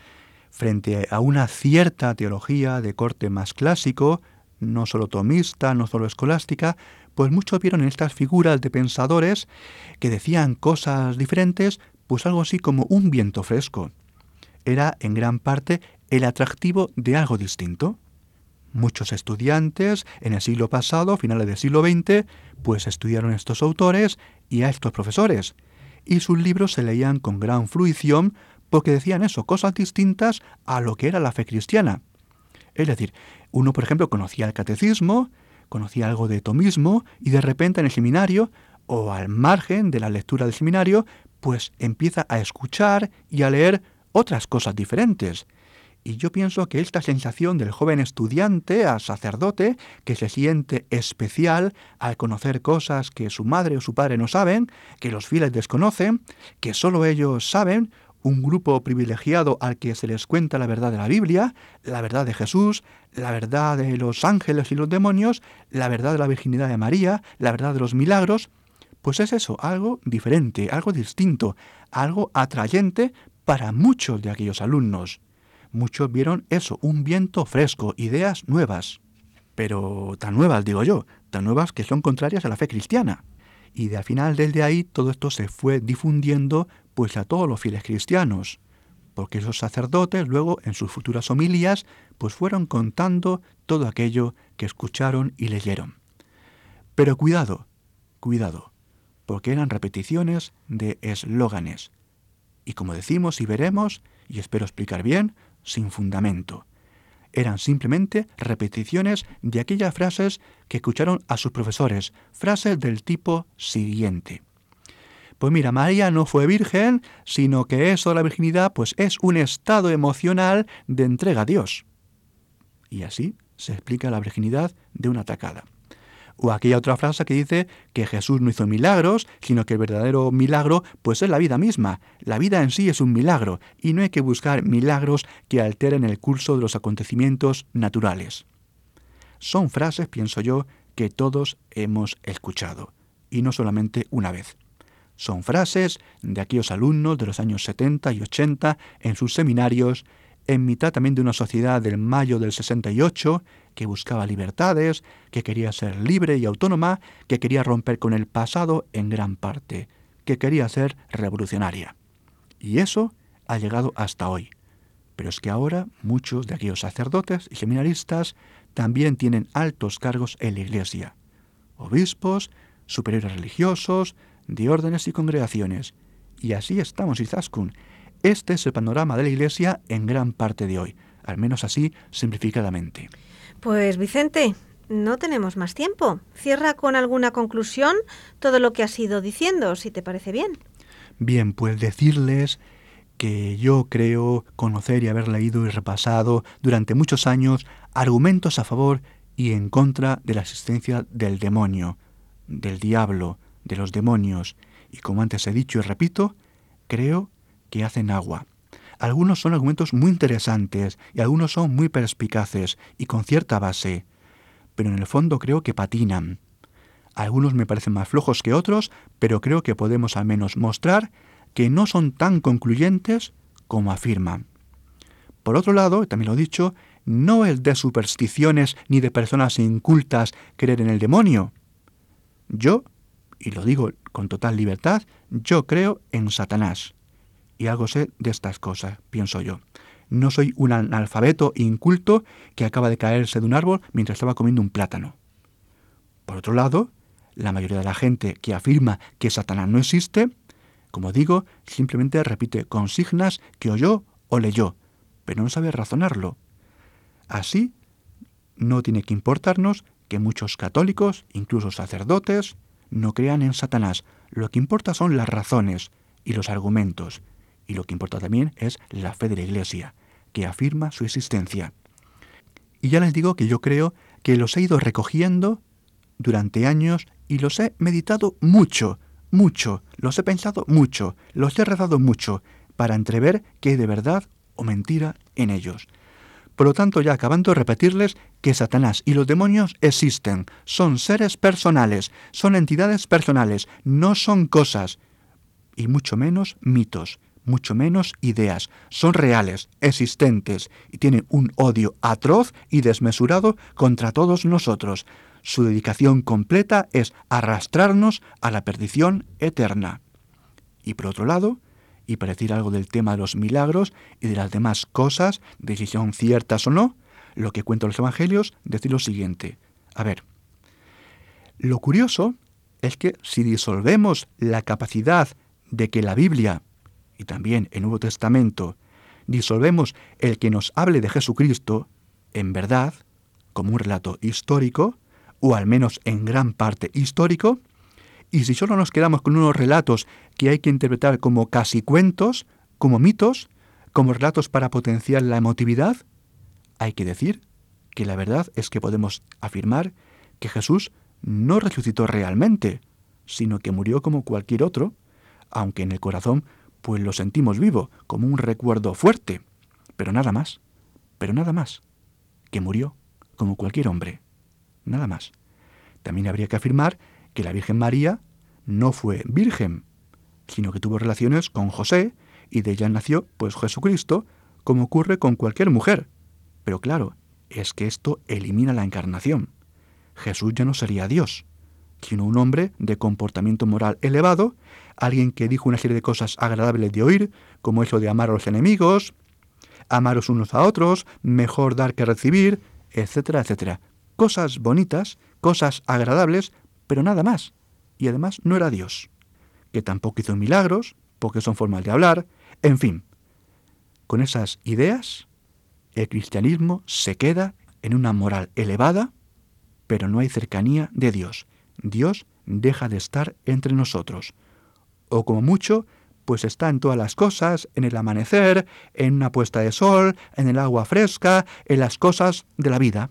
Frente a una cierta teología de corte más clásico, no solo tomista, no solo escolástica, pues muchos vieron en estas figuras de pensadores que decían cosas diferentes, pues algo así como un viento fresco. Era en gran parte el atractivo de algo distinto. Muchos estudiantes en el siglo pasado, finales del siglo veinte, pues estudiaron a estos autores y a estos profesores, y sus libros se leían con gran fruición porque decían eso, cosas distintas a lo que era la fe cristiana. Es decir, uno, por ejemplo, conocía el catecismo, conocía algo de tomismo, y de repente en el seminario, o al margen de la lectura del seminario, pues empieza a escuchar y a leer otras cosas diferentes. Y yo pienso que esta sensación del joven estudiante a sacerdote, que se siente especial al conocer cosas que su madre o su padre no saben, que los fieles desconocen, que solo ellos saben, un grupo privilegiado al que se les cuenta la verdad de la Biblia, la verdad de Jesús, la verdad de los ángeles y los demonios, la verdad de la virginidad de María, la verdad de los milagros, pues es eso, algo diferente, algo distinto, algo atrayente para muchos de aquellos alumnos. Muchos vieron eso, un viento fresco, ideas nuevas, pero tan nuevas, digo yo, tan nuevas que son contrarias a la fe cristiana. Y de al final desde ahí todo esto se fue difundiendo pues a todos los fieles cristianos, porque esos sacerdotes luego en sus futuras homilías pues fueron contando todo aquello que escucharon y leyeron. Pero cuidado, cuidado, porque eran repeticiones de eslóganes. Y como decimos y veremos, y espero explicar bien, sin fundamento. Eran simplemente repeticiones de aquellas frases que escucharon a sus profesores, frases del tipo siguiente. Pues mira, María no fue virgen, sino que eso de la virginidad pues es un estado emocional de entrega a Dios. Y así se explica la virginidad de una tacada. O aquella otra frase que dice que Jesús no hizo milagros, sino que el verdadero milagro pues es la vida misma. La vida en sí es un milagro y no hay que buscar milagros que alteren el curso de los acontecimientos naturales. Son frases, pienso yo, que todos hemos escuchado, y no solamente una vez. Son frases de aquellos alumnos de los años setenta y ochenta en sus seminarios, en mitad también de una sociedad del mayo del sesenta y ocho, que buscaba libertades, que quería ser libre y autónoma, que quería romper con el pasado en gran parte, que quería ser revolucionaria. Y eso ha llegado hasta hoy. Pero es que ahora muchos de aquellos sacerdotes y seminaristas también tienen altos cargos en la Iglesia. Obispos, superiores religiosos, de órdenes y congregaciones. Y así estamos, Izaskun. Este es el panorama de la Iglesia en gran parte de hoy, al menos así simplificadamente. Pues Vicente, no tenemos más tiempo. Cierra con alguna conclusión todo lo que has ido diciendo, si te parece bien. Bien, pues decirles que yo creo conocer y haber leído y repasado durante muchos años argumentos a favor y en contra de la existencia del demonio, del diablo, de los demonios, y como antes he dicho y repito, creo que hacen agua. Algunos son argumentos muy interesantes y algunos son muy perspicaces y con cierta base, pero en el fondo creo que patinan. Algunos me parecen más flojos que otros, pero creo que podemos al menos mostrar que no son tan concluyentes como afirman. Por otro lado, también lo he dicho, no es de supersticiones ni de personas incultas creer en el demonio. Yo, y lo digo con total libertad, yo creo en Satanás. Y algo sé de estas cosas, pienso yo. No soy un analfabeto inculto que acaba de caerse de un árbol mientras estaba comiendo un plátano. Por otro lado, la mayoría de la gente que afirma que Satanás no existe, como digo, simplemente repite consignas que oyó o leyó, pero no sabe razonarlo. Así, no tiene que importarnos que muchos católicos, incluso sacerdotes, no crean en Satanás. Lo que importa son las razones y los argumentos. Y lo que importa también es la fe de la Iglesia, que afirma su existencia. Y ya les digo que yo creo que los he ido recogiendo durante años y los he meditado mucho, mucho, los he pensado mucho, los he rezado mucho, para entrever qué hay de verdad o mentira en ellos. Por lo tanto, ya acabando de repetirles que Satanás y los demonios existen, son seres personales, son entidades personales, no son cosas, y mucho menos mitos, mucho menos ideas, son reales, existentes, y tienen un odio atroz y desmesurado contra todos nosotros. Su dedicación completa es arrastrarnos a la perdición eterna. Y por otro lado, y para decir algo del tema de los milagros y de las demás cosas, de si son ciertas o no, lo que cuentan los evangelios, decir lo siguiente. A ver, lo curioso es que si disolvemos la capacidad de que la Biblia, y también el Nuevo Testamento, disolvemos el que nos hable de Jesucristo, en verdad, como un relato histórico, o al menos en gran parte histórico, y si solo nos quedamos con unos relatos que hay que interpretar como casi cuentos, como mitos, como relatos para potenciar la emotividad, hay que decir que la verdad es que podemos afirmar que Jesús no resucitó realmente, sino que murió como cualquier otro, aunque en el corazón pues lo sentimos vivo, como un recuerdo fuerte, pero nada más, pero nada más, que murió como cualquier hombre, nada más. También habría que afirmar que la Virgen María no fue virgen, sino que tuvo relaciones con José, y de ella nació, pues, Jesucristo, como ocurre con cualquier mujer. Pero claro, es que esto elimina la encarnación. Jesús ya no sería Dios, sino un hombre de comportamiento moral elevado, alguien que dijo una serie de cosas agradables de oír, como eso de amar a los enemigos, amaros unos a otros, mejor dar que recibir, etcétera, etcétera. Cosas bonitas, cosas agradables, pero nada más. Y además no era Dios, que tampoco hizo milagros, porque son formas de hablar, en fin. Con esas ideas, el cristianismo se queda en una moral elevada, pero no hay cercanía de Dios. Dios deja de estar entre nosotros. O como mucho, pues está en todas las cosas, en el amanecer, en una puesta de sol, en el agua fresca, en las cosas de la vida.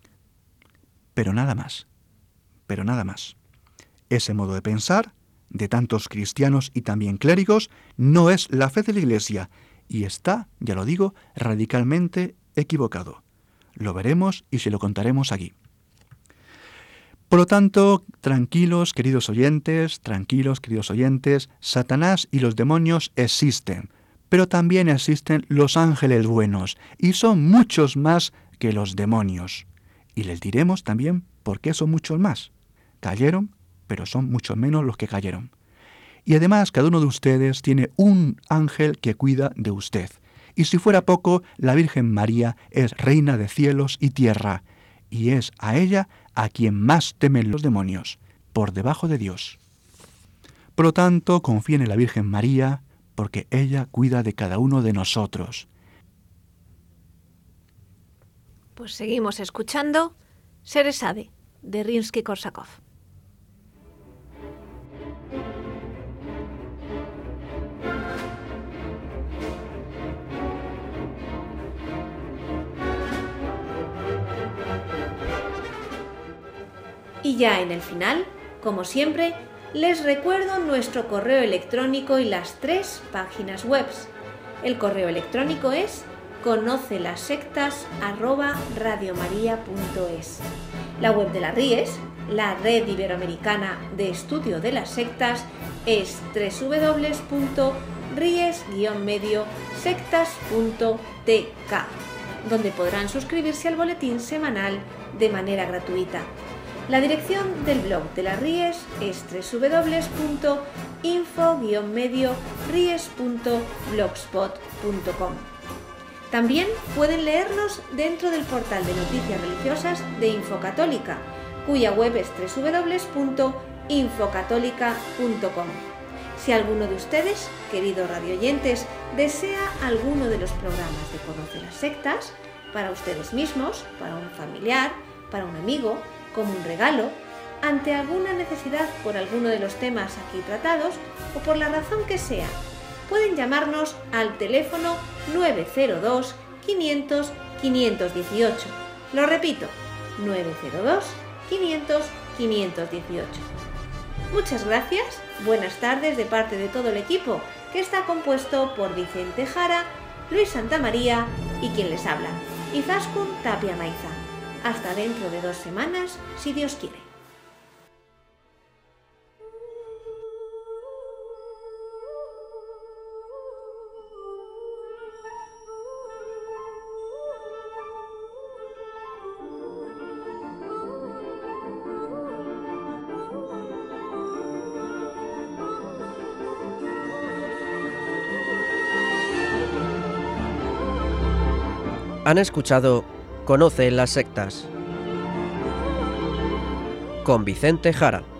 Pero nada más, pero nada más. Ese modo de pensar, de tantos cristianos y también clérigos, no es la fe de la Iglesia, y está, ya lo digo, radicalmente equivocado. Lo veremos y se lo contaremos aquí. Por lo tanto, tranquilos, queridos oyentes, tranquilos, queridos oyentes, Satanás y los demonios existen, pero también existen los ángeles buenos, y son muchos más que los demonios. Y les diremos también por qué son muchos más. Cayeron, pero son muchos menos los que cayeron. Y además, cada uno de ustedes tiene un ángel que cuida de usted. Y si fuera poco, la Virgen María es reina de cielos y tierra, y es a ella a quien más temen los demonios, por debajo de Dios. Por lo tanto, confíen en la Virgen María, porque ella cuida de cada uno de nosotros. Pues seguimos escuchando Seresade, de Rimsky-Korsakov. Y ya en el final, como siempre, les recuerdo nuestro correo electrónico y las tres páginas web. El correo electrónico es conoce las sectas arroba radiomaria punto es. La web de la RIES, la Red Iberoamericana de Estudio de las Sectas, es doble u doble u doble u punto ries guion medio sectas punto t k, donde podrán suscribirse al boletín semanal de manera gratuita. La dirección del blog de la RIES es doble u doble u doble u punto info guion medio ries punto blogspot punto com. También pueden leernos dentro del portal de noticias religiosas de Infocatólica, cuya web es doble u doble u doble u punto infocatólica punto com. Si alguno de ustedes, queridos radioyentes, desea alguno de los programas de Conoce las Sectas, para ustedes mismos, para un familiar, para un amigo, como un regalo, ante alguna necesidad por alguno de los temas aquí tratados o por la razón que sea, pueden llamarnos al teléfono nueve cero dos, quinientos, quinientos dieciocho. Lo repito, nueve cero dos, quinientos, quinientos dieciocho. Muchas gracias, buenas tardes de parte de todo el equipo, que está compuesto por Vicente Jara, Luis Santamaría y quien les habla, Izaskun Tapia Maiza. Hasta dentro de dos semanas, si Dios quiere. Han escuchado Conoce las sectas con Vicente Jara.